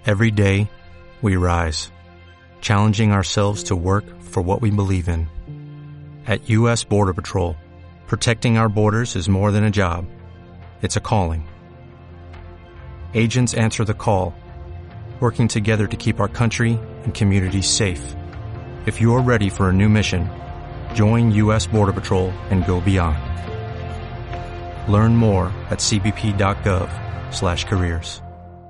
Every day, we rise, challenging ourselves to work for what we believe in. At U.S. Border Patrol, protecting our borders is more than a job. It's a calling. Agents answer the call, working together to keep our country and communities safe. If you're ready for a new mission, join U.S. Border Patrol and go beyond. Learn more at cbp.gov/careers.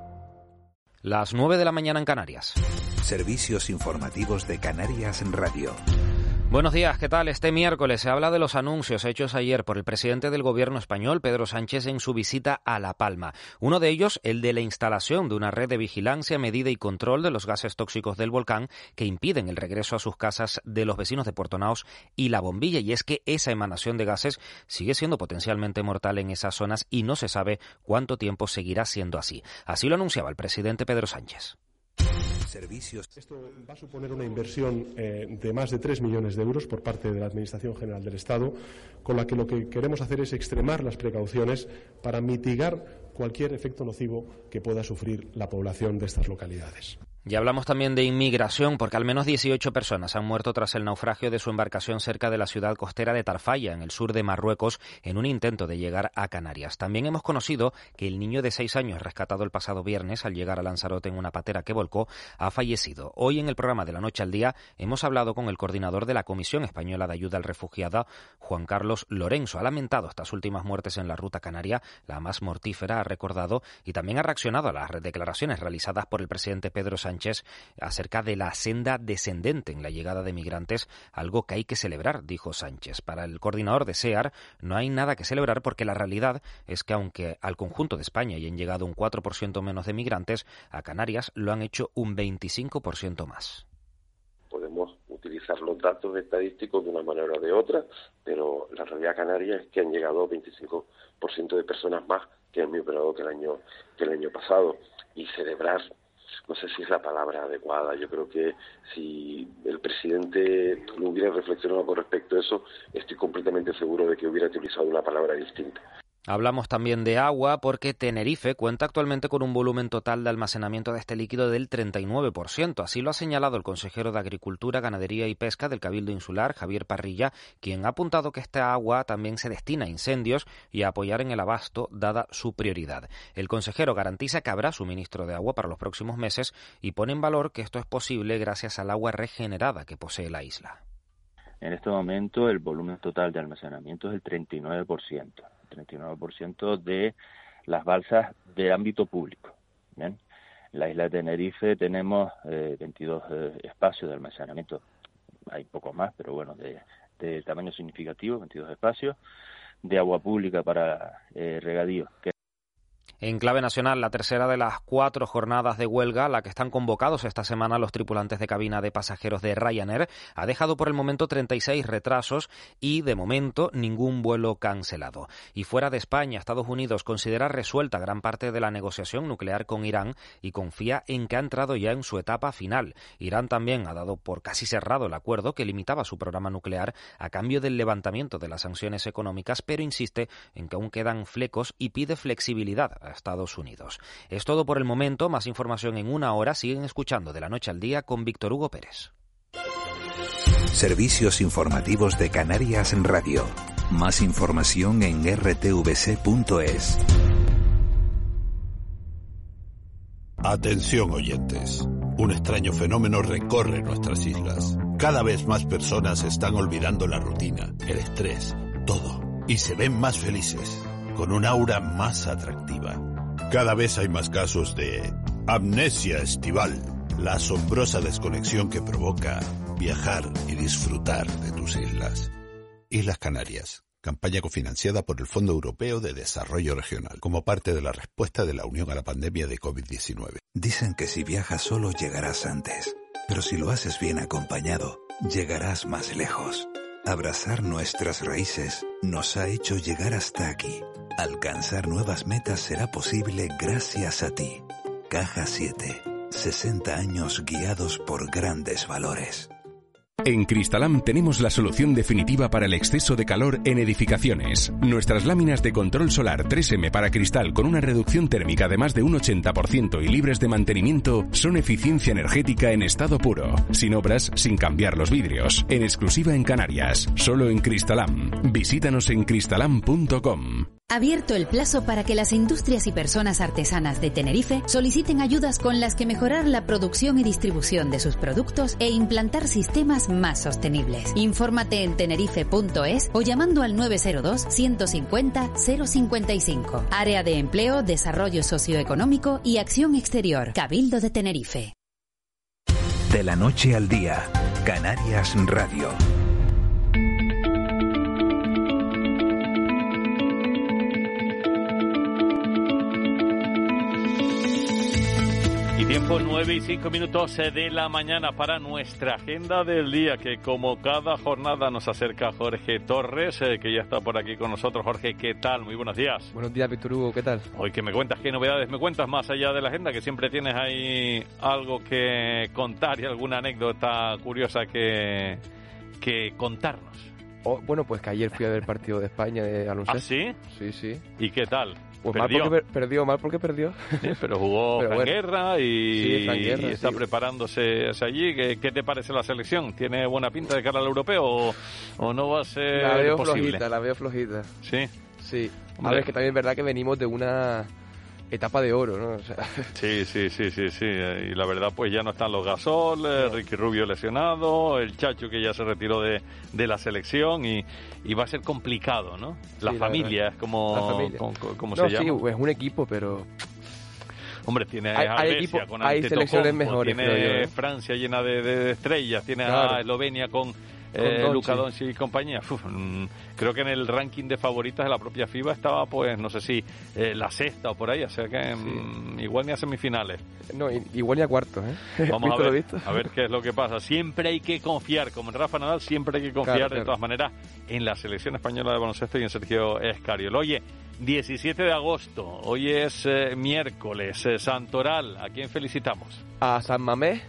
Las 9 de la mañana en Canarias. Servicios informativos de Canarias en Radio. Buenos días, ¿qué tal? Este miércoles se habla de los anuncios hechos ayer por el presidente del gobierno español, Pedro Sánchez, en su visita a La Palma. Uno de ellos, el de la instalación de una red de vigilancia, medida y control de los gases tóxicos del volcán que impiden el regreso a sus casas de los vecinos de Puerto Naos y La Bombilla. Y es que esa emanación de gases sigue siendo potencialmente mortal en esas zonas y no se sabe cuánto tiempo seguirá siendo así. Así lo anunciaba el presidente Pedro Sánchez. Esto va a suponer una inversión de más de 3 millones de euros por parte de la Administración General del Estado, con la que lo que queremos hacer es extremar las precauciones para mitigar cualquier efecto nocivo que pueda sufrir la población de estas localidades. Y hablamos también de inmigración, porque al menos 18 personas han muerto tras el naufragio de su embarcación cerca de la ciudad costera de Tarfaya, en el sur de Marruecos, en un intento de llegar a Canarias. También hemos conocido que el niño de 6 años, rescatado el pasado viernes al llegar a Lanzarote en una patera que volcó, ha fallecido. Hoy, en el programa de La Noche al Día, hemos hablado con el coordinador de la Comisión Española de Ayuda al Refugiado, Juan Carlos Lorenzo. Ha lamentado estas últimas muertes en la ruta canaria, la más mortífera, ha recordado, y también ha reaccionado a las declaraciones realizadas por el presidente Pedro Sánchez acerca de la senda descendente en la llegada de migrantes, algo que hay que celebrar, dijo Sánchez. Para el coordinador de SEAR no hay nada que celebrar porque la realidad es que aunque al conjunto de España hayan llegado un 4% menos de migrantes, a Canarias lo han hecho un 25% más. Podemos utilizar los datos estadísticos de una manera o de otra, pero la realidad canaria es que han llegado 25% de personas más que el mismo periodo que el año pasado. Y celebrar, no sé si es la palabra adecuada. Yo creo que si el presidente no hubiera reflexionado con respecto a eso, estoy completamente seguro de que hubiera utilizado una palabra distinta. Hablamos también de agua porque Tenerife cuenta actualmente con un volumen total de almacenamiento de este líquido del 39%. Así lo ha señalado el consejero de Agricultura, Ganadería y Pesca del Cabildo Insular, Javier Parrilla, quien ha apuntado que esta agua también se destina a incendios y a apoyar en el abasto, dada su prioridad. El consejero garantiza que habrá suministro de agua para los próximos meses y pone en valor que esto es posible gracias al agua regenerada que posee la isla. En este momento el volumen total de almacenamiento es el 39%. 39% de las balsas de ámbito público. ¿Bien? En la isla de Tenerife tenemos 22 espacios de almacenamiento. Hay pocos más, pero bueno, de tamaño significativo, 22 espacios de agua pública para regadío. En clave nacional, la tercera de las 4 jornadas de huelga, a la que están convocados esta semana los tripulantes de cabina de pasajeros de Ryanair, ha dejado por el momento 36 retrasos y, de momento, ningún vuelo cancelado. Y fuera de España, Estados Unidos considera resuelta gran parte de la negociación nuclear con Irán y confía en que ha entrado ya en su etapa final. Irán también ha dado por casi cerrado el acuerdo que limitaba su programa nuclear a cambio del levantamiento de las sanciones económicas, pero insiste en que aún quedan flecos y pide flexibilidad a Estados Unidos. Es todo por el momento. Más información en una hora. Siguen escuchando De la Noche al Día con Víctor Hugo Pérez. Servicios informativos de Canarias en Radio. Más información en rtvc.es. Atención, oyentes. Un extraño fenómeno recorre nuestras islas. Cada vez más personas están olvidando la rutina, el estrés, todo. Y se ven más felices, con un aura más atractiva. Cada vez hay más casos de amnesia estival, la asombrosa desconexión que provoca viajar y disfrutar de tus islas. Islas Canarias, campaña cofinanciada por el Fondo Europeo de Desarrollo Regional, como parte de la respuesta de la Unión a la pandemia de COVID-19. Dicen que si viajas solo llegarás antes, pero si lo haces bien acompañado, llegarás más lejos. Abrazar nuestras raíces nos ha hecho llegar hasta aquí. Alcanzar nuevas metas será posible gracias a ti. Caja 7. 60 años guiados por grandes valores. En Cristalam tenemos la solución definitiva para el exceso de calor en edificaciones. Nuestras láminas de control solar 3M para cristal con una reducción térmica de más de un 80% y libres de mantenimiento son eficiencia energética en estado puro. Sin obras, sin cambiar los vidrios. En exclusiva en Canarias. Solo en Cristalam. Visítanos en cristalam.com. Abierto el plazo para que las industrias y personas artesanas de Tenerife soliciten ayudas con las que mejorar la producción y distribución de sus productos e implantar sistemas más sostenibles. Infórmate en tenerife.es o llamando al 902-150-055. Área de Empleo, Desarrollo Socioeconómico y Acción Exterior. Cabildo de Tenerife. De la noche al día, Canarias Radio. Y tiempo 9:05 de la mañana para nuestra agenda del día, que como cada jornada nos acerca Jorge Torres, que ya está por aquí con nosotros. Jorge, ¿qué tal? Muy buenos días. Buenos días, Víctor Hugo, ¿qué tal? Hoy que me cuentas, ¿qué novedades me cuentas más allá de la agenda? Que siempre tienes ahí algo que contar y alguna anécdota curiosa que contarnos. Bueno, pues que ayer fui a ver el partido de España de baloncesto. ¿Ah, sí? Sí, sí. ¿Y qué tal? Pues perdió. Mal porque perdió. Sí, pero jugó Fran Guerra y está sí. preparándose hacia allí. ¿Qué te parece la selección? ¿Tiene buena pinta de cara al europeo o no va a ser posible? La veo flojita. Sí. Sí. A ver, es que también es verdad que venimos de una etapa de oro, ¿no? O sea... Sí. Y la verdad, pues ya no están los Gasol, Ricky Rubio lesionado, el Chacho que ya se retiró de la selección y va a ser complicado, ¿no? La familia es como se llama. Sí, es un equipo, pero... Hombre, tiene a Grecia con hay selecciones mejores, tiene Francia llena de estrellas, tiene a Eslovenia con Luka Doncic y compañía. Creo que en el ranking de favoritas de la propia FIBA estaba, pues, no sé si la sexta o por ahí, o sea que igual ni a semifinales. No, igual ni a cuartos, ¿eh? Vamos a ver qué es lo que pasa. Siempre hay que confiar, como en Rafa Nadal, siempre hay que confiar de todas maneras en la selección española de baloncesto y en Sergio Escariol. Oye, 17 de agosto, hoy es miércoles, Santoral, ¿a quién felicitamos? A San Mamés.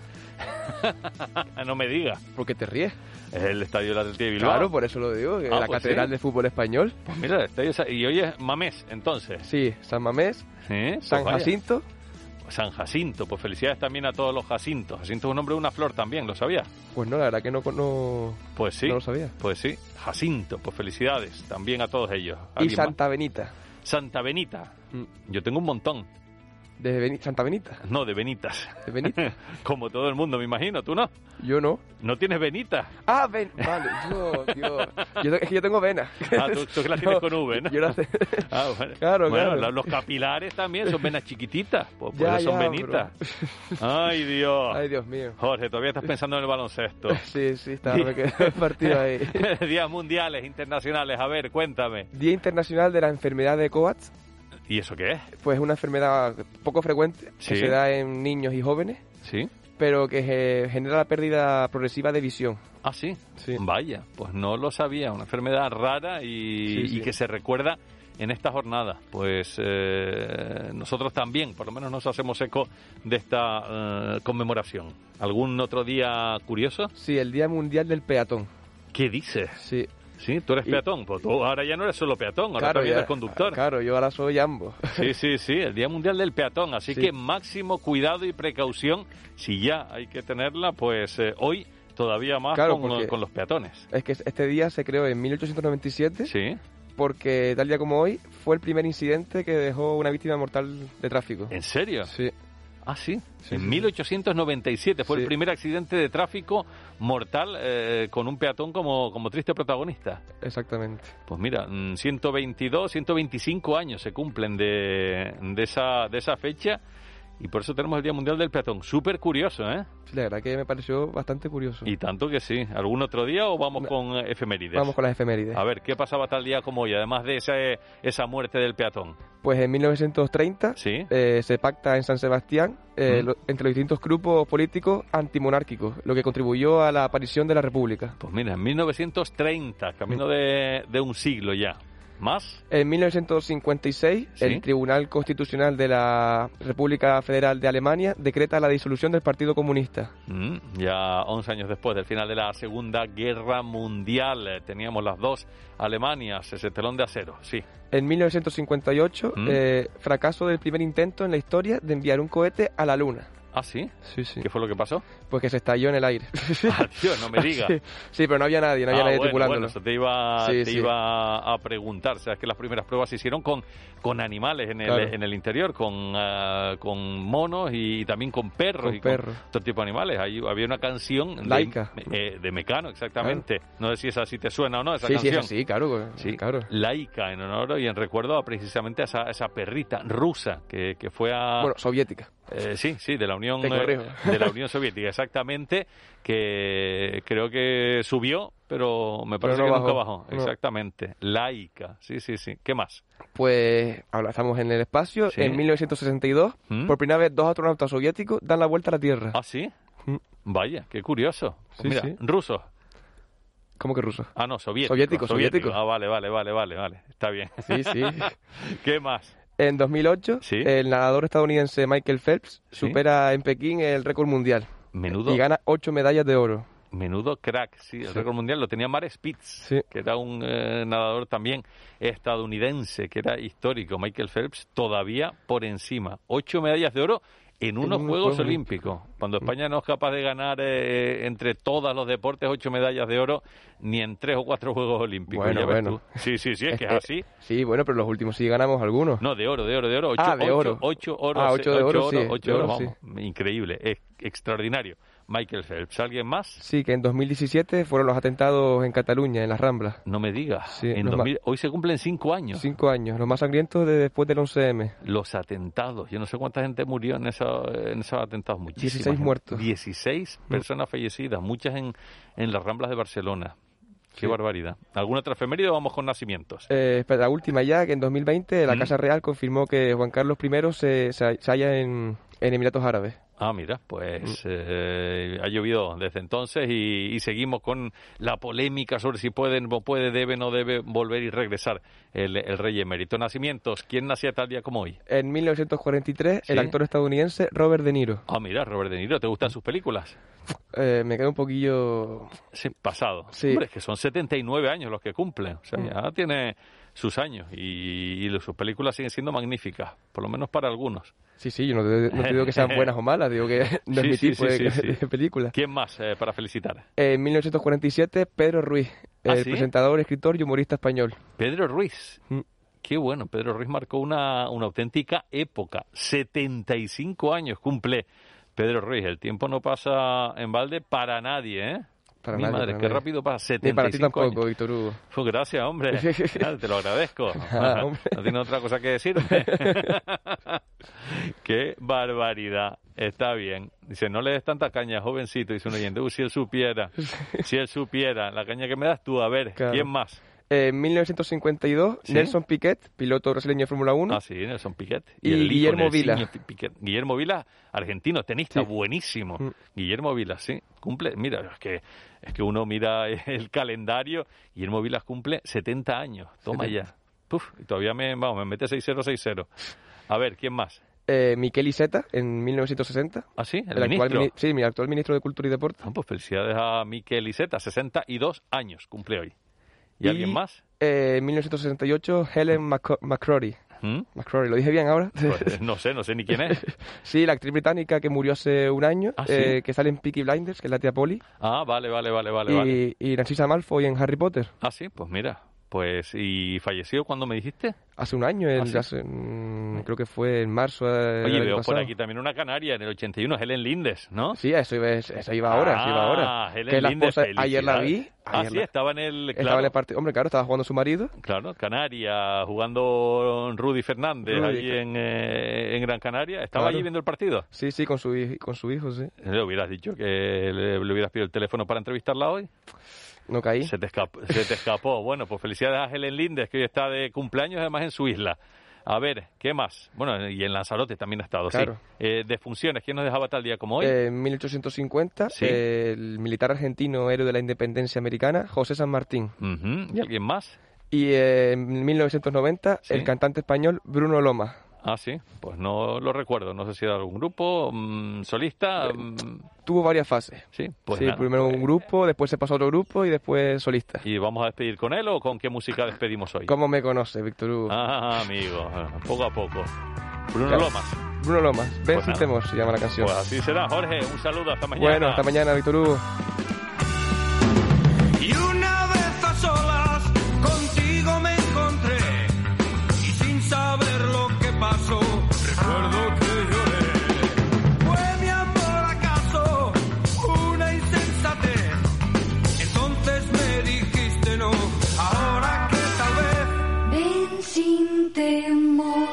No me digas. ¿Por qué te ríes? Es el estadio del Athletic de Bilbao. Claro, por eso lo digo, que la pues catedral de fútbol español. Pues mira, el estadio, y hoy es Mamés, entonces. Sí, San Mamés, pues San Jacinto. San Jacinto, pues felicidades también a todos los Jacintos. Jacinto es un nombre de una flor también, ¿lo sabías? Pues no, la verdad que no pues sí, no lo sabía. Pues sí, Jacinto, pues felicidades también a todos ellos. Y Santa Benita. Santa Benita, yo tengo un montón. ¿De Santa Benita? No, de Benitas. ¿De Benita? Como todo el mundo, me imagino. ¿Tú no? Yo no. ¿No tienes Benita? Ah, vale. Dios. Es que yo tengo venas. Ah, tú que las tienes con V, ¿no? Yo las bueno. Claro. Los capilares también son venas chiquititas. Pues por eso son Benitas. Ay, Dios. Ay, Dios mío. Jorge, todavía estás pensando en el baloncesto. Sí, me quedé el partido ahí. Días mundiales, internacionales. A ver, cuéntame. Día Internacional de la Enfermedad de Coats. ¿Y eso qué es? Pues es una enfermedad poco frecuente que se da en niños y jóvenes. Sí. Pero que genera la pérdida progresiva de visión. Ah, sí. Vaya, pues no lo sabía. Una enfermedad rara y que se recuerda en esta jornada. Pues nosotros también, por lo menos nos hacemos eco de esta conmemoración. ¿Algún otro día curioso? Sí, el Día Mundial del Peatón. ¿Qué dices? Sí. Sí, tú eres peatón, pues tú ahora ya no eres solo peatón, ahora también eres conductor. Claro, yo ahora soy ambos. Sí, el Día Mundial del Peatón, así que máximo cuidado y precaución, si ya hay que tenerla, pues hoy todavía más con los peatones. Es que este día se creó en 1897, sí, porque tal día como hoy fue el primer incidente que dejó una víctima mortal de tráfico. ¿En serio? Sí. Ah, sí. En 1897 fue el primer accidente de tráfico mortal con un peatón como triste protagonista. Exactamente. Pues mira, 125 años se cumplen de esa fecha y por eso tenemos el Día Mundial del Peatón. Súper curioso, ¿eh? Sí, la verdad que me pareció bastante curioso. Y tanto que sí. ¿Algún otro día o vamos con efemérides? Vamos con las efemérides. A ver, ¿qué pasaba tal día como hoy, además de esa muerte del peatón? Pues en 1930 se pacta en San Sebastián entre los distintos grupos políticos antimonárquicos, lo que contribuyó a la aparición de la República. Pues mira, en 1930, camino de un siglo ya. ¿Más? En 1956, ¿Sí? el Tribunal Constitucional de la República Federal de Alemania decreta la disolución del Partido Comunista. Ya 11 años después del final de la Segunda Guerra Mundial, teníamos las dos Alemanias, ese telón de acero, sí. En 1958, fracaso del primer intento en la historia de enviar un cohete a la Luna. ¿Ah, sí? Sí, sí. ¿Qué fue lo que pasó? Pues que se estalló en el aire. Ah, tío, no me digas. Sí, pero no había nadie tripulándolo. Bueno, eso te iba a preguntar. O sea, es que las primeras pruebas se hicieron con animales en el interior, con monos y también con perros. Con todo tipo de animales. Había una canción Laika. De Mecano, exactamente. Claro. No sé si esa sí te suena o no, esa Sí, canción. sí, claro. Sí, claro. Laika, en honor y en recuerdo a precisamente a esa perrita rusa que fue a... Bueno, soviética. Sí, de la Unión Soviética, exactamente, que creo que subió, pero me parece que nunca bajó. No. Exactamente, Laika, sí. ¿Qué más? Pues ahora estamos en el espacio. ¿Sí? En 1962, por primera vez 2 astronautas soviéticos dan la vuelta a la Tierra. ¿Ah, sí? Vaya, qué curioso. Pues mira, rusos. ¿Cómo que rusos? Ah, no, soviéticos. Ah, vale. Está bien. Sí. ¿Qué más? En 2008, el nadador estadounidense Michael Phelps supera en Pekín el récord mundial. Menudo. Y gana 8 medallas de oro. Menudo crack, sí. El récord mundial lo tenía Mark Spitz, que era un nadador también estadounidense, que era histórico. Michael Phelps todavía por encima. 8 medallas de oro en unos Juegos Olímpicos. Cuando España no es capaz de ganar entre todos los deportes 8 medallas de oro, ni en 3 o 4 Juegos Olímpicos. Bueno. Sí, es que es así. Sí, bueno, pero los últimos sí ganamos algunos. No, de oro. 8 de oro. 8 de oro, vamos. Increíble, es extraordinario. Michael Phelps, ¿alguien más? Sí, que en 2017 fueron los atentados en Cataluña, en las Ramblas. No me digas. Sí, hoy se cumplen 5 años. 5 años, los más sangrientos después del 11M. Los atentados. Yo no sé cuánta gente murió en esos atentados. Muchísimas. 16 muertos. 16 personas fallecidas, muchas en las Ramblas de Barcelona. Qué barbaridad. ¿Alguna otra efeméride o vamos con nacimientos? La última ya, que en 2020 la Casa Real confirmó que Juan Carlos I se halla en Emiratos Árabes. Ah, mira, pues ha llovido desde entonces y seguimos con la polémica sobre si debe o debe volver y regresar el rey emérito. Nacimientos, ¿quién nacía tal día como hoy? En 1943, el actor estadounidense Robert De Niro. Ah, mira, Robert De Niro, ¿te gustan sus películas? Me queda un poquillo... Sí, pasado. Sí. Hombre, es que son 79 años los que cumplen, o sea, ya tiene sus años y sus películas siguen siendo magníficas, por lo menos para algunos. Sí, yo no te digo que sean buenas o malas, digo que no es mi tipo de película. ¿Quién más para felicitar? En 1947, Pedro Ruiz, presentador, escritor y humorista español. Pedro Ruiz. Qué bueno, Pedro Ruiz marcó una auténtica época. 75 años cumple Pedro Ruiz. El tiempo no pasa en balde para nadie, ¿eh? Para Mi madre, qué rápido pasa. 75 Ni para ti tampoco, años. Víctor Hugo. Pues gracias, hombre. Te lo agradezco. No tiene otra cosa que decirme. Qué barbaridad. Está bien. Dice, no le des tanta caña, jovencito, dice un oyente. Si él supiera la caña que me das tú. A ver, claro. ¿Quién más? En 1952, Nelson Piquet, piloto brasileño de Fórmula 1. Ah, sí, Nelson Piquet. Y Guillermo Vila. Guillermo Vila, argentino, tenista, buenísimo. Guillermo Vila, sí, cumple. Mira, es que uno mira el calendario. Guillermo Vila cumple 70 años. Toma ya. Y todavía me mete 6-0. A ver, ¿quién más? Miquel Iceta, en 1960. ¿Ah, sí? ¿El ministro? Mi actual ministro de Cultura y Deporte. Pues felicidades a Miquel Iceta, 62 años cumple hoy. ¿Y alguien más? En 1968, Helen McCrory. McCrory, ¿lo dije bien ahora? Pues no sé ni quién es. Sí, la actriz británica que murió hace un año, ¿sí? Que sale en Peaky Blinders, que es la tía Polly. Ah, vale. Y Narcisa Malfoy en Harry Potter. Ah, sí, pues mira. Pues, ¿y falleció cuando me dijiste? Hace un año, creo que fue en marzo. Oye, veo por aquí también una canaria en el 81, Helen Lindes, ¿no? Sí, eso iba ahora. Helen que es la Lindes, esposa, ayer la vi. Sí, estaba en el... Estaba en el partido. Hombre, claro, estaba jugando su marido. Claro, Canaria, jugando Rudy Fernández allí en Gran Canaria. ¿Estaba allí viendo el partido? Sí, con su hijo, sí. ¿Le hubieras dicho que le hubieras pedido el teléfono para entrevistarla hoy? No caí. Se te escapó. Bueno, pues felicidades a Helen Lindes, que hoy está de cumpleaños, además en su isla. A ver, ¿qué más? Bueno, y en Lanzarote también ha estado, claro. Sí. De funciones, ¿quién nos dejaba tal día como hoy? En 1850, ¿sí? El militar argentino, héroe de la independencia americana, José San Martín. ¿Y alguien más? Y en 1990, ¿Sí? el cantante español Bruno Lomas. Ah, sí, pues no lo recuerdo. No sé si era algún grupo, solista. Tuvo varias fases. Sí, pues sí, nada, primero un grupo, después se pasó a otro grupo y después solista. ¿Y vamos a despedir con él o con qué música despedimos hoy? ¿Cómo me conoce, Víctor Hugo? Ah, amigo, poco a poco. Bruno Claro. Lomas. Bruno Lomas, Ven Pues sin nada. temor se llama la canción. Pues así será, Jorge. Un saludo, hasta mañana. Bueno, hasta mañana, Víctor Hugo. Y una vez a solas contigo me encontré y sin saber lo que pasó, recuerdo que lloré. ¿Fue mi amor acaso una insensatez? Entonces me dijiste no, ahora que tal vez. Ven sin temor,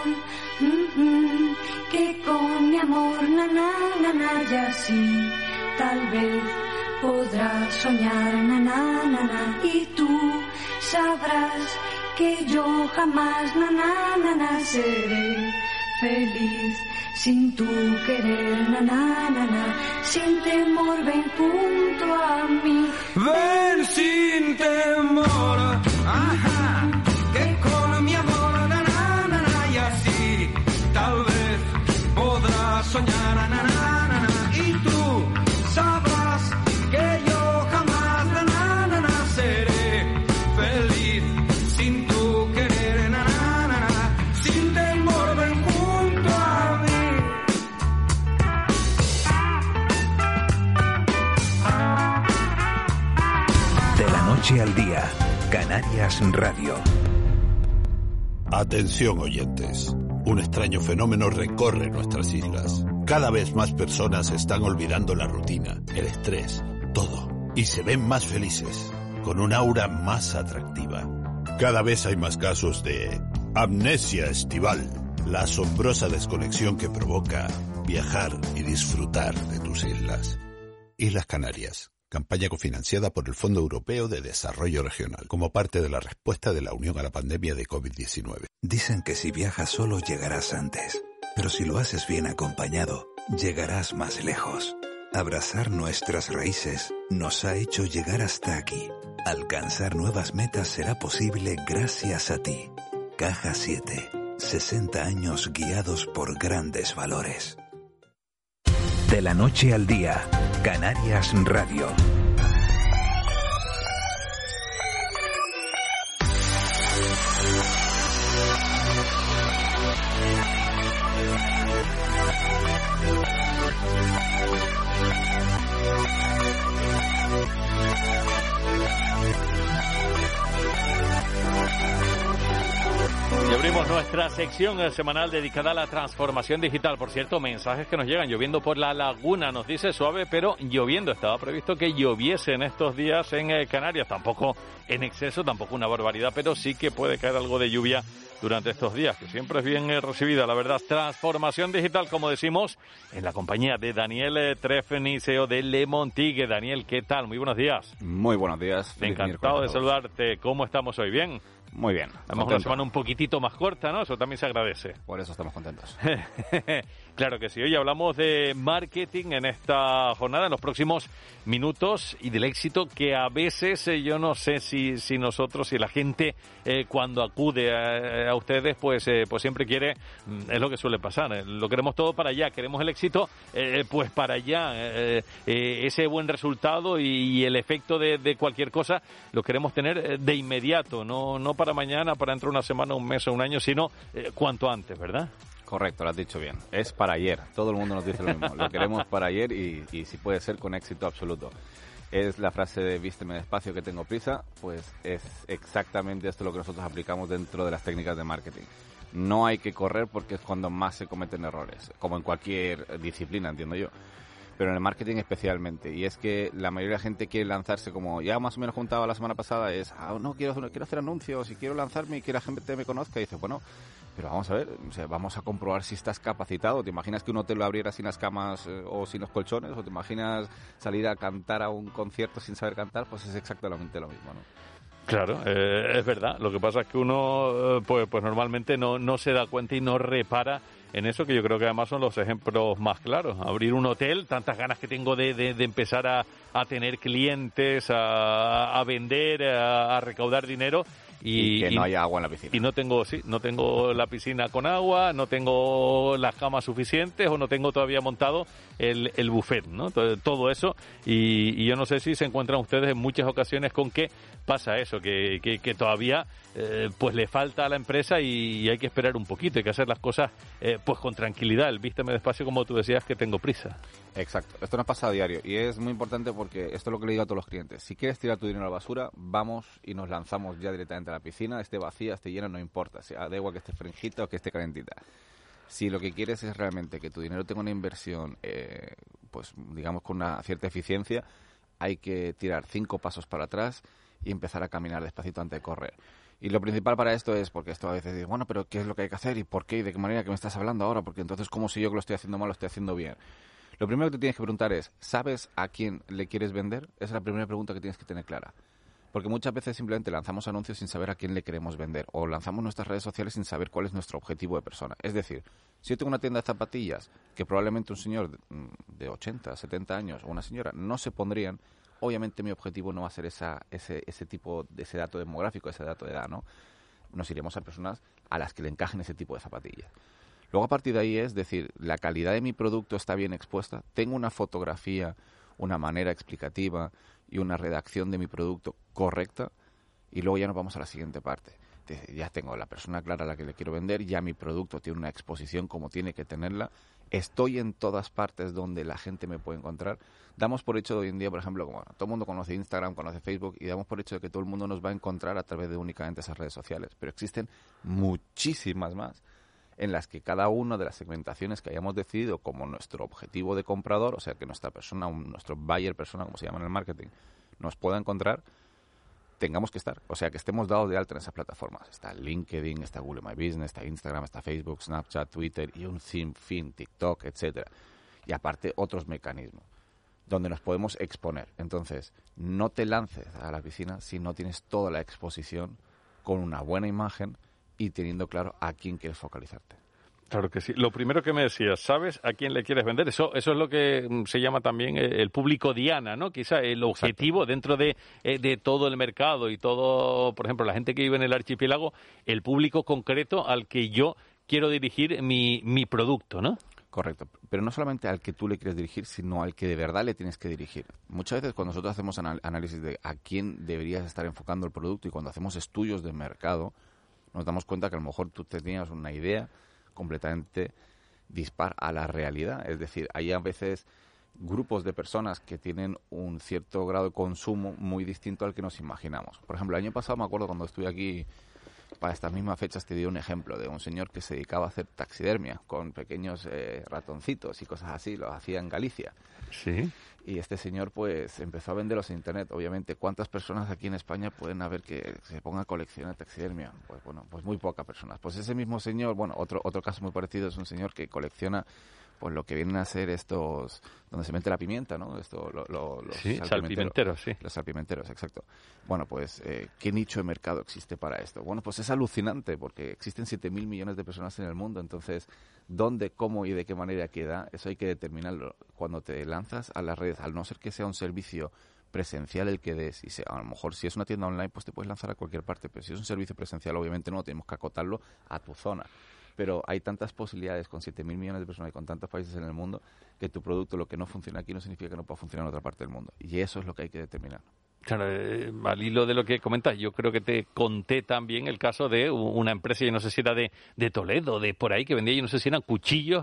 que con mi amor, na, na, na, na, y así tal vez podrás soñar, na, na, na, na, y tú sabrás que yo jamás, na, na, na, na, seré feliz sin tu querer, na, na, na, na, sin temor, ven junto a mí. Ven sin temor, ajá, que con mi amor, na, na, na, na, y así tal vez podrás soñar, na, na, na, na, y tú sabrás que yo jamás, na, na, na, na, seré feliz sin tu querer, na, na, na, na, sin temor, ven junto a mí. De la noche al día, Canarias Radio. Atención, oyentes. Un extraño fenómeno recorre nuestras islas. Cada vez más personas están olvidando la rutina, el estrés, todo. Y se ven más felices, con un aura más atractiva. Cada vez hay más casos de amnesia estival, la asombrosa desconexión que provoca viajar y disfrutar de tus islas. Islas Canarias. Campaña cofinanciada por el Fondo Europeo de Desarrollo Regional, como parte de la respuesta de la Unión a la pandemia de COVID-19. Dicen que si viajas solo llegarás antes, pero si lo haces bien acompañado, llegarás más lejos. Abrazar nuestras raíces nos ha hecho llegar hasta aquí. Alcanzar nuevas metas será posible gracias a ti. Caja 7. 60 años guiados por grandes valores. De la noche al día, Canarias Radio. Y abrimos nuestra sección semanal dedicada a la transformación digital. Por cierto, mensajes que nos llegan. Lloviendo por la laguna, nos dice suave, pero lloviendo. Estaba previsto que lloviese en estos días en Canarias. Tampoco en exceso, tampoco una barbaridad, pero sí que puede caer algo de lluvia durante estos días, que siempre es bien recibida, la verdad. Transformación digital, como decimos, en la compañía de Daniel Trefni, CEO de Le Montigue. Daniel, ¿qué tal? Muy buenos días. Muy buenos días. Encantado de saludarte. ¿Cómo estamos hoy? ¿Bien? Muy bien. Hemos una semana un poquitito más corta, ¿no? Eso también se agradece. Por eso estamos contentos. Claro que sí. Hoy hablamos de marketing en esta jornada, en los próximos minutos, y del éxito que a veces yo no sé si nosotros, si la gente cuando acude a ustedes, pues siempre quiere, es lo que suele pasar, lo queremos todo para allá, queremos el éxito, pues para allá, ese buen resultado y el efecto de cualquier cosa lo queremos tener de inmediato, no para mañana, para dentro de una semana, un mes o un año, sino cuanto antes, ¿verdad? Correcto, lo has dicho bien. Es para ayer. Todo el mundo nos dice lo mismo. Lo queremos para ayer y si puede ser con éxito absoluto. Es la frase de vísteme despacio que tengo prisa, pues es exactamente esto lo que nosotros aplicamos dentro de las técnicas de marketing. No hay que correr porque es cuando más se cometen errores, como en cualquier disciplina, entiendo yo. Pero en el marketing especialmente. Y es que la mayoría de la gente quiere lanzarse, como ya más o menos contaba la semana pasada, es, no, quiero hacer anuncios y quiero lanzarme y que la gente me conozca. Y dice, bueno, pero vamos a ver, o sea, vamos a comprobar si estás capacitado. ¿Te imaginas que un hotel lo abriera sin las camas o sin los colchones? ¿O te imaginas salir a cantar a un concierto sin saber cantar? Pues es exactamente lo mismo, ¿no? Claro, es verdad. Lo que pasa es que uno pues normalmente no se da cuenta y no repara en eso, que yo creo que además son los ejemplos más claros. Abrir un hotel, tantas ganas que tengo de empezar a tener clientes, a vender, a recaudar dinero, y que no haya agua en la piscina. Y no tengo la piscina con agua, no tengo las camas suficientes o no tengo todavía montado el buffet, ¿no? Todo eso, y yo no sé si se encuentran ustedes en muchas ocasiones con que pasa eso, que todavía pues le falta a la empresa y hay que esperar un poquito, hay que hacer las cosas pues con tranquilidad, el vísteme despacio, como tú decías, que tengo prisa. Exacto, esto nos pasa a diario y es muy importante porque esto es lo que le digo a todos los clientes: si quieres tirar tu dinero a la basura, vamos y nos lanzamos ya directamente a la piscina, esté vacía, esté llena, no importa, da igual que esté fringita o que esté calentita. Si lo que quieres es realmente que tu dinero tenga una inversión, pues digamos con una cierta eficiencia, hay que tirar 5 pasos para atrás y empezar a caminar despacito antes de correr. Y lo principal para esto es, porque esto a veces dices, bueno, pero ¿qué es lo que hay que hacer? ¿Y por qué? ¿Y de qué manera que me estás hablando ahora? Porque entonces, ¿cómo si yo que lo estoy haciendo mal lo estoy haciendo bien? Lo primero que te tienes que preguntar es, ¿sabes a quién le quieres vender? Esa es la primera pregunta que tienes que tener clara. Porque muchas veces simplemente lanzamos anuncios sin saber a quién le queremos vender, o lanzamos nuestras redes sociales sin saber cuál es nuestro objetivo de persona. Es decir, si yo tengo una tienda de zapatillas que probablemente un señor de 80, 70 años o una señora no se pondrían, obviamente mi objetivo no va a ser ese tipo de ese dato demográfico, ese dato de edad, ¿no? Nos iremos a personas a las que le encajen ese tipo de zapatillas. Luego, a partir de ahí es decir, la calidad de mi producto está bien expuesta, tengo una fotografía, una manera explicativa y una redacción de mi producto correcta, y luego ya nos vamos a la siguiente parte. Ya tengo la persona clara a la que le quiero vender, ya mi producto tiene una exposición como tiene que tenerla, estoy en todas partes donde la gente me puede encontrar. Damos por hecho hoy en día, por ejemplo, como todo el mundo conoce Instagram, conoce Facebook, y damos por hecho de que todo el mundo nos va a encontrar a través de únicamente esas redes sociales, pero existen muchísimas más en las que cada una de las segmentaciones que hayamos decidido como nuestro objetivo de comprador, o sea, que nuestra persona, nuestro buyer persona, como se llama en el marketing, nos pueda encontrar, tengamos que estar. O sea, que estemos dados de alta en esas plataformas. Está LinkedIn, está Google My Business, está Instagram, está Facebook, Snapchat, Twitter y un sinfín, TikTok, etcétera. Y aparte otros mecanismos donde nos podemos exponer. Entonces, no te lances a la piscina si no tienes toda la exposición con una buena imagen y teniendo claro a quién quieres focalizarte. Claro que sí. Lo primero que me decías, ¿sabes a quién le quieres vender? Eso es lo que se llama también el público diana, ¿no? Quizá el objetivo dentro de todo el mercado y todo, por ejemplo, la gente que vive en el archipiélago, el público concreto al que yo quiero dirigir mi producto, ¿no? Correcto, pero no solamente al que tú le quieres dirigir, sino al que de verdad le tienes que dirigir. Muchas veces cuando nosotros hacemos análisis de a quién deberías estar enfocando el producto y cuando hacemos estudios de mercado, nos damos cuenta que a lo mejor tú tenías una idea completamente dispar a la realidad. Es decir, hay a veces grupos de personas que tienen un cierto grado de consumo muy distinto al que nos imaginamos. Por ejemplo, el año pasado me acuerdo cuando estuve aquí para estas mismas fechas, te di un ejemplo de un señor que se dedicaba a hacer taxidermia con pequeños ratoncitos y cosas así, lo hacía en Galicia. Sí. Y este señor pues empezó a venderlos en internet. Obviamente, ¿cuántas personas aquí en España pueden haber que se pongan a coleccionar taxidermia? Pues bueno, pues muy pocas personas. Pues ese mismo señor, bueno, otro caso muy parecido es un señor que colecciona pues lo que vienen a ser estos, donde se mete la pimienta, ¿no? Los salpimenteros, sí. Los salpimenteros, exacto. Bueno, pues, ¿qué nicho de mercado existe para esto? Bueno, pues es alucinante, porque existen 7.000 millones de personas en el mundo, entonces, ¿dónde, cómo y de qué manera queda? Eso hay que determinarlo cuando te lanzas a las redes, al no ser que sea un servicio presencial el que des, y a lo mejor si es una tienda online, pues te puedes lanzar a cualquier parte, pero si es un servicio presencial, obviamente no, tenemos que acotarlo a tu zona. Pero hay tantas posibilidades con 7.000 millones de personas y con tantos países en el mundo que tu producto, lo que no funciona aquí, no significa que no pueda funcionar en otra parte del mundo. Y eso es lo que hay que determinar. Claro, al hilo de lo que comentas, yo creo que te conté también el caso de una empresa, yo no sé si era de Toledo, de por ahí, que vendía, yo no sé si eran cuchillos,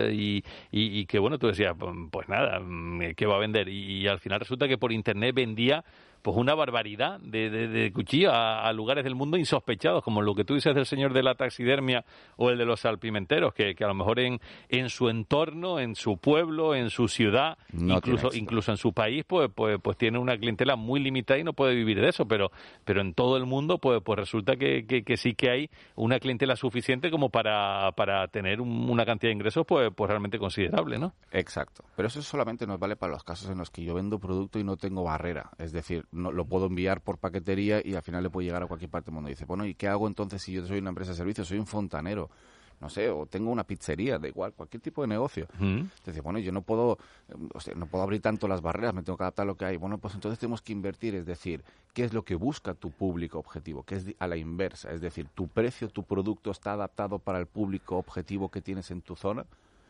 y que bueno, tú decías, pues nada, ¿qué va a vender? Y al final resulta que por internet vendía pues una barbaridad de cuchillos a lugares del mundo insospechados, como lo que tú dices del señor de la taxidermia o el de los salpimenteros, que a lo mejor en su entorno, en su pueblo, en su ciudad, no incluso en su país, pues tiene una clientela muy limitada y no puede vivir de eso, pero en todo el mundo pues resulta que sí que hay una clientela suficiente como para tener una cantidad de ingresos pues realmente considerable, ¿no? Exacto, pero eso solamente nos vale para los casos en los que yo vendo producto y no tengo barrera, es decir, no lo puedo enviar por paquetería y al final le puede llegar a cualquier parte del mundo. Y dice, bueno, ¿y qué hago entonces si yo soy una empresa de servicios? Soy un fontanero. no sé, o tengo una pizzería, da igual, cualquier tipo de negocio. Entonces, bueno, yo no puedo abrir tanto las barreras, me tengo que adaptar a lo que hay. Bueno, pues entonces tenemos que invertir, es decir, ¿qué es lo que busca tu público objetivo? Que es a la inversa, es decir, tu precio, tu producto está adaptado para el público objetivo que tienes en tu zona.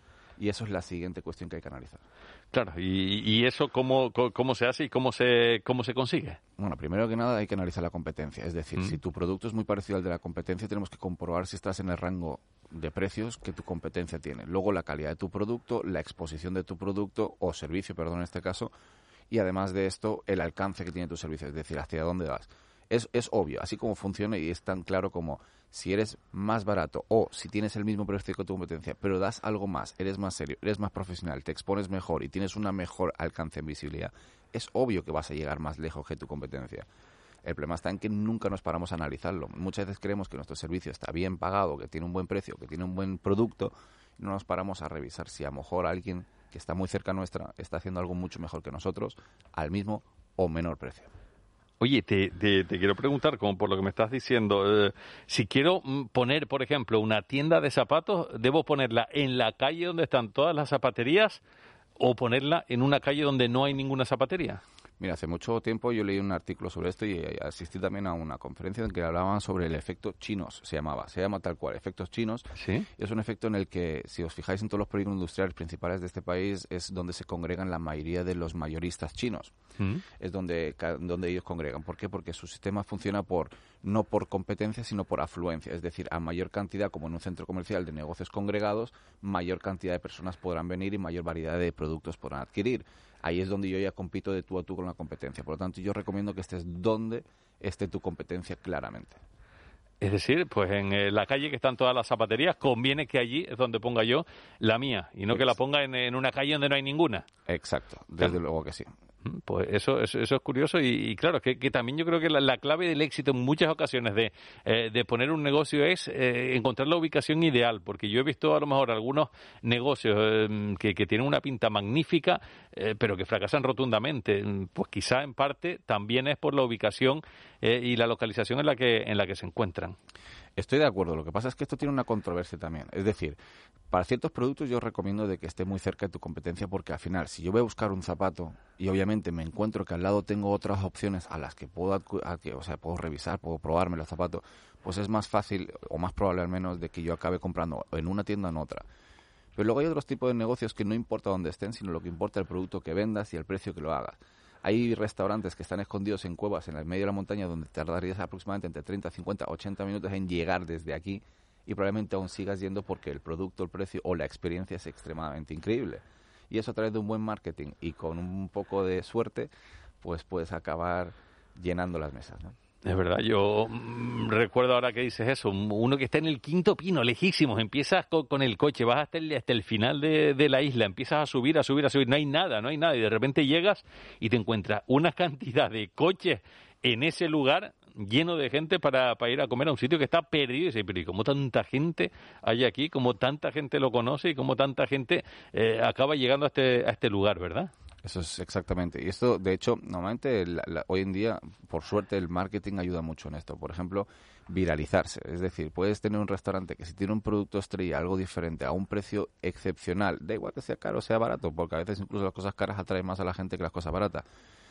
Y eso es la siguiente cuestión que hay que analizar. Claro, ¿y eso cómo se hace y cómo se consigue? Bueno, primero que nada hay que analizar la competencia. Es decir, si tu producto es muy parecido al de la competencia, tenemos que comprobar si estás en el rango de precios que tu competencia tiene. Luego la calidad de tu producto, la exposición de tu producto o servicio, perdón, en este caso, y además de esto, el alcance que tiene tu servicio, es decir, hacia dónde vas. Es obvio, así como funciona y es tan claro como si eres más barato o si tienes el mismo precio que tu competencia, pero das algo más, eres más serio, eres más profesional, te expones mejor y tienes una mejor alcance en visibilidad, es obvio que vas a llegar más lejos que tu competencia. El problema está en que nunca nos paramos a analizarlo. Muchas veces creemos que nuestro servicio está bien pagado, que tiene un buen precio, que tiene un buen producto, y no nos paramos a revisar si a lo mejor alguien que está muy cerca nuestra está haciendo algo mucho mejor que nosotros al mismo o menor precio. Oye, te quiero preguntar, como por lo que me estás diciendo, si quiero poner, por ejemplo, una tienda de zapatos, ¿debo ponerla en la calle donde están todas las zapaterías o ponerla en una calle donde no hay ninguna zapatería? Mira, hace mucho tiempo yo leí un artículo sobre esto y asistí también a una conferencia en que hablaban sobre el efecto chinos, se llama tal cual, efectos chinos. ¿Sí? Es un efecto en el que, si os fijáis en todos los polígonos industriales principales de este país, es donde se congregan la mayoría de los mayoristas chinos. Es donde ellos congregan. ¿Por qué? Porque su sistema funciona no por competencia, sino por afluencia. Es decir, a mayor cantidad, como en un centro comercial de negocios congregados, mayor cantidad de personas podrán venir y mayor variedad de productos podrán adquirir. Ahí es donde yo ya compito de tú a tú con la competencia. Por lo tanto, yo recomiendo que estés donde esté tu competencia claramente. Es decir, pues en la calle que están todas las zapaterías, conviene que allí es donde ponga yo la mía y no que la ponga en una calle donde no hay ninguna. Exacto, desde luego que sí. Pues eso es curioso y claro, que también yo creo que la clave del éxito en muchas ocasiones de poner un negocio es encontrar la ubicación ideal, porque yo he visto a lo mejor algunos negocios que tienen una pinta magnífica, pero que fracasan rotundamente. Pues quizá en parte también es por la ubicación y la localización en la que se encuentran. Estoy de acuerdo. Lo que pasa es que esto tiene una controversia también. Es decir, para ciertos productos yo recomiendo de que esté muy cerca de tu competencia porque al final, si yo voy a buscar un zapato y obviamente me encuentro que al lado tengo otras opciones a las que puedo revisar, puedo probarme los zapatos, pues es más fácil o más probable al menos de que yo acabe comprando en una tienda o en otra. Pero luego hay otros tipos de negocios que no importa dónde estén, sino lo que importa el producto que vendas y el precio que lo hagas. Hay restaurantes que están escondidos en cuevas en el medio de la montaña donde tardarías aproximadamente entre 30, 50, 80 minutos en llegar desde aquí y probablemente aún sigas yendo porque el producto, el precio o la experiencia es extremadamente increíble. Y eso a través de un buen marketing y con un poco de suerte, pues puedes acabar llenando las mesas, ¿no? Es verdad, yo recuerdo ahora que dices eso, uno que está en el quinto pino, lejísimos, empiezas con el coche, vas hasta el final de la isla, empiezas a subir, no hay nada, y de repente llegas y te encuentras una cantidad de coches en ese lugar lleno de gente para ir a comer a un sitio que está perdido. Y dices, pero ¿y cómo tanta gente hay aquí? ¿Cómo tanta gente lo conoce? ¿Y cómo tanta gente acaba llegando a este lugar, verdad? Eso es exactamente. Y esto, de hecho, normalmente hoy en día, por suerte, el marketing ayuda mucho en esto. Por ejemplo, viralizarse. Es decir, puedes tener un restaurante que si tiene un producto estrella, algo diferente, a un precio excepcional, da igual que sea caro o sea barato, porque a veces incluso las cosas caras atraen más a la gente que las cosas baratas.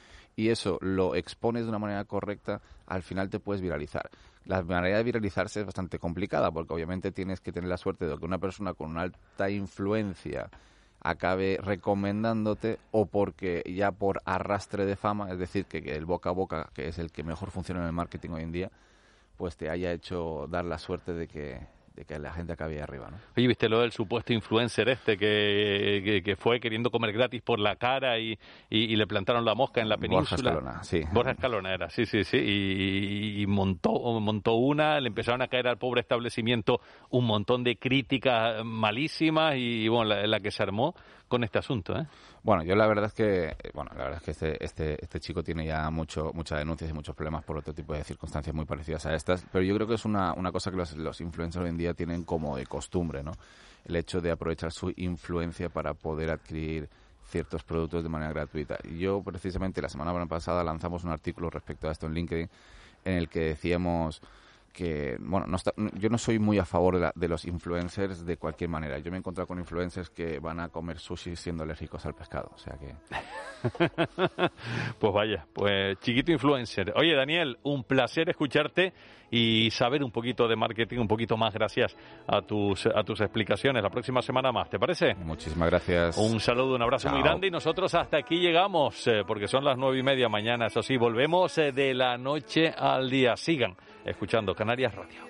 Y eso lo expones de una manera correcta, al final te puedes viralizar. La manera de viralizarse es bastante complicada, porque obviamente tienes que tener la suerte de que una persona con una alta influencia acabe recomendándote o porque ya por arrastre de fama, es decir, que el boca a boca, que es el que mejor funciona en el marketing hoy en día, pues te haya hecho dar la suerte de que la gente acabe ahí arriba, ¿no? Oye, ¿viste lo del supuesto influencer que fue queriendo comer gratis por la cara y le plantaron la mosca en la península? Borja Escalona, sí. Borja Escalona era, sí. Y montó una, le empezaron a caer al pobre establecimiento un montón de críticas malísimas y bueno, la que se armó con este asunto, ¿eh? Bueno, yo la verdad es que este chico tiene ya muchas denuncias y muchos problemas por otro tipo de circunstancias muy parecidas a estas, pero yo creo que es una cosa que los influencers hoy en día tienen como de costumbre, ¿no? El hecho de aprovechar su influencia para poder adquirir ciertos productos de manera gratuita. Y yo precisamente la semana pasada lanzamos un artículo respecto a esto en LinkedIn en el que decíamos bueno, yo no soy muy a favor de los influencers de cualquier manera. Yo me he encontrado con influencers que van a comer sushi siendo alérgicos al pescado, o sea que... Pues vaya, pues chiquito influencer. Oye, Daniel, un placer escucharte y saber un poquito de marketing, un poquito más gracias a tus explicaciones. La próxima semana más, ¿te parece? Muchísimas gracias. Un saludo, un abrazo muy grande y nosotros hasta aquí llegamos, porque son las 9:30 mañana, eso sí, volvemos de la noche al día. Sigan escuchando Canarias Radio.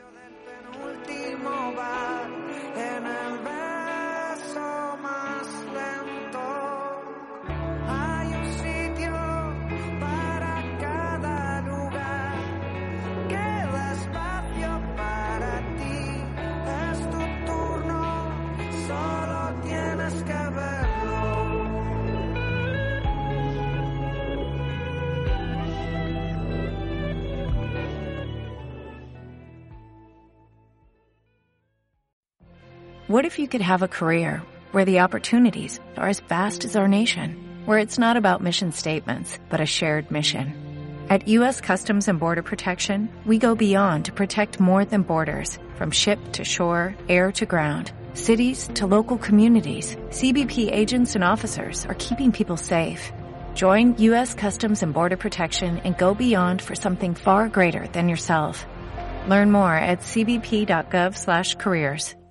What if you could have a career where the opportunities are as vast as our nation, where it's not about mission statements, but a shared mission? At U.S. Customs and Border Protection, we go beyond to protect more than borders. From ship to shore, air to ground, cities to local communities, CBP agents and officers are keeping people safe. Join U.S. Customs and Border Protection and go beyond for something far greater than yourself. Learn more at cbp.gov/careers.